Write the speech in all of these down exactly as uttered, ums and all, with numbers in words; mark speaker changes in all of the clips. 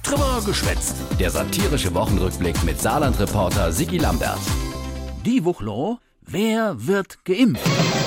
Speaker 1: Drüber geschwätzt. Der satirische Wochenrückblick mit Saarland-Reporter Sigi Lambert.
Speaker 2: Die Woche, wer wird geimpft?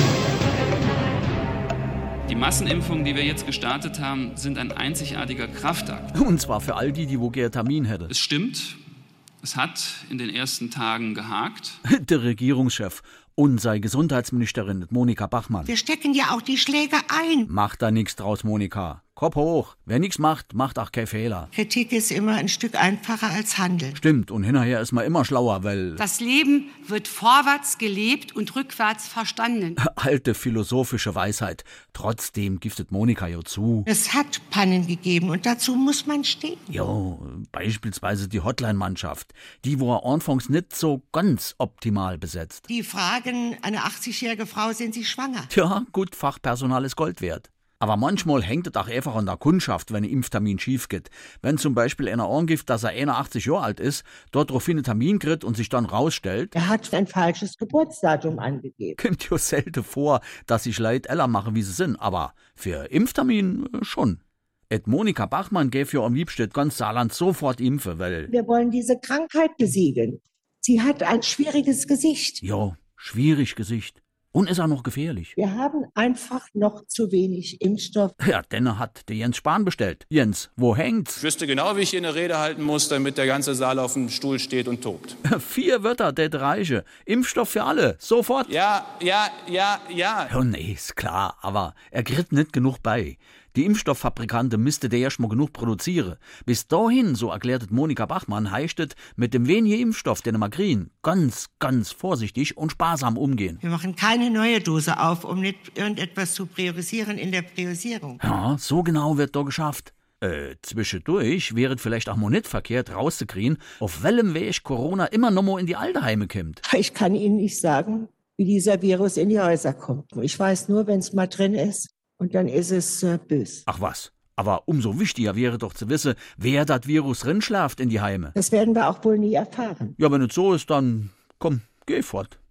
Speaker 3: Die Massenimpfungen, die wir jetzt gestartet haben, sind ein einzigartiger Kraftakt.
Speaker 2: Und zwar für all die, die wo gerne Termin hätte.
Speaker 3: Es stimmt, es hat in den ersten Tagen gehakt.
Speaker 2: Der Regierungschef und seine Gesundheitsministerin Monika Bachmann.
Speaker 4: Wir stecken ja auch die Schläge ein.
Speaker 2: Macht da nichts draus, Monika. Kopf hoch. Wer nichts macht, macht auch keinen Fehler.
Speaker 4: Kritik ist immer ein Stück einfacher als Handeln.
Speaker 2: Stimmt, und hinterher ist man immer schlauer, weil...
Speaker 5: Das Leben wird vorwärts gelebt und rückwärts verstanden.
Speaker 2: Alte philosophische Weisheit. Trotzdem giftet Monika ja zu.
Speaker 4: Es hat Pannen gegeben und dazu muss man stehen.
Speaker 2: Jo, beispielsweise die Hotline-Mannschaft. Die war anfangs nicht so ganz optimal besetzt.
Speaker 4: Die fragen, eine achtzigjährige Frau, sind Sie schwanger?
Speaker 2: Tja, gut, Fachpersonal ist Gold wert. Aber manchmal hängt es auch einfach an der Kundschaft, wenn ein Impftermin schief geht. Wenn zum Beispiel einer angibt, dass er einundachtzig Jahre alt ist, dort darauf einen Termin kriegt und sich dann rausstellt,
Speaker 6: er hat ein falsches Geburtsdatum angegeben.
Speaker 2: Kommt ja selten vor, dass sich Leute älter machen, wie sie sind. Aber für Impftermin äh, schon. Et Monika Bachmann gäf ja am liebsten ganz Saarland sofort impfen, weil...
Speaker 6: Wir wollen diese Krankheit besiegen. Sie hat ein schwieriges Gesicht.
Speaker 2: Ja, schwierig Gesicht. Und ist auch noch gefährlich.
Speaker 6: Wir haben einfach noch zu wenig Impfstoff.
Speaker 2: Ja, denn hat der Jens Spahn bestellt. Jens, wo hängt's?
Speaker 7: Ich wüsste genau, wie ich hier eine Rede halten muss, damit der ganze Saal auf dem Stuhl steht und tobt.
Speaker 2: Vier Wörter, der Reiche. Impfstoff für alle. Sofort.
Speaker 7: Ja, ja, ja, ja.
Speaker 2: Ja, nee, ist klar. Aber er kriegt nicht genug bei. Die Impfstofffabrikante müsste der erst mal genug produzieren. Bis dahin, so erklärte Monika Bachmann, heißt es, mit dem wenigen Impfstoff, den wir kriegen, ganz, ganz vorsichtig und sparsam umgehen.
Speaker 4: Wir machen keine neue Dose auf, um nicht irgendetwas zu priorisieren in der Priorisierung.
Speaker 2: Ja, so genau wird da geschafft. Äh, zwischendurch wäre es vielleicht auch mal nicht verkehrt, rauszukriegen, auf welchem Weg Corona immer noch mal in die Altenheime kommt.
Speaker 6: Ich kann Ihnen nicht sagen, wie dieser Virus in die Häuser kommt. Ich weiß nur, wenn es mal drin ist. Und dann ist es äh, bös.
Speaker 2: Ach was, aber umso wichtiger wäre doch zu wissen, wer das Virus rinschlaft in die Heime.
Speaker 6: Das werden wir auch wohl nie erfahren.
Speaker 2: Ja, wenn es so ist, dann komm, geh fort.